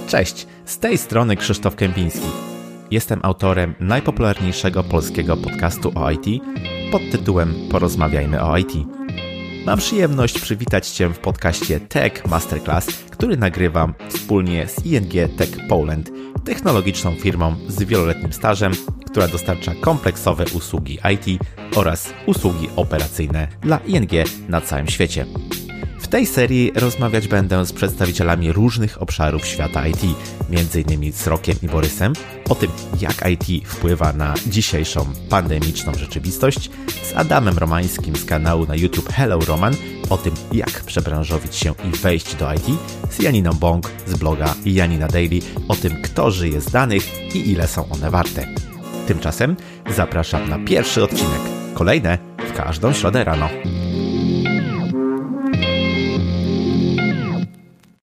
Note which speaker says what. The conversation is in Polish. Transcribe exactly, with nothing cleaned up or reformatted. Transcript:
Speaker 1: Cześć, z tej strony Krzysztof Kępiński. Jestem autorem najpopularniejszego polskiego podcastu o I T pod tytułem Porozmawiajmy o I T. Mam przyjemność przywitać Cię w podcaście Tech Masterclass, który nagrywam wspólnie z I N G Tech Poland, technologiczną firmą z wieloletnim stażem, która dostarcza kompleksowe usługi I T oraz usługi operacyjne dla I N G na całym świecie. W tej serii rozmawiać będę z przedstawicielami różnych obszarów świata I T, między innymi z Rokiem i Borysem, o tym, jak I T wpływa na dzisiejszą pandemiczną rzeczywistość, z Adamem Romańskim z kanału na YouTube Hello Roman, o tym, jak przebranżowić się i wejść do I T, z Janiną Bąk z bloga Janina Daily, o tym, kto żyje z danych i ile są one warte. Tymczasem zapraszam na pierwszy odcinek. Kolejne w każdą środę rano.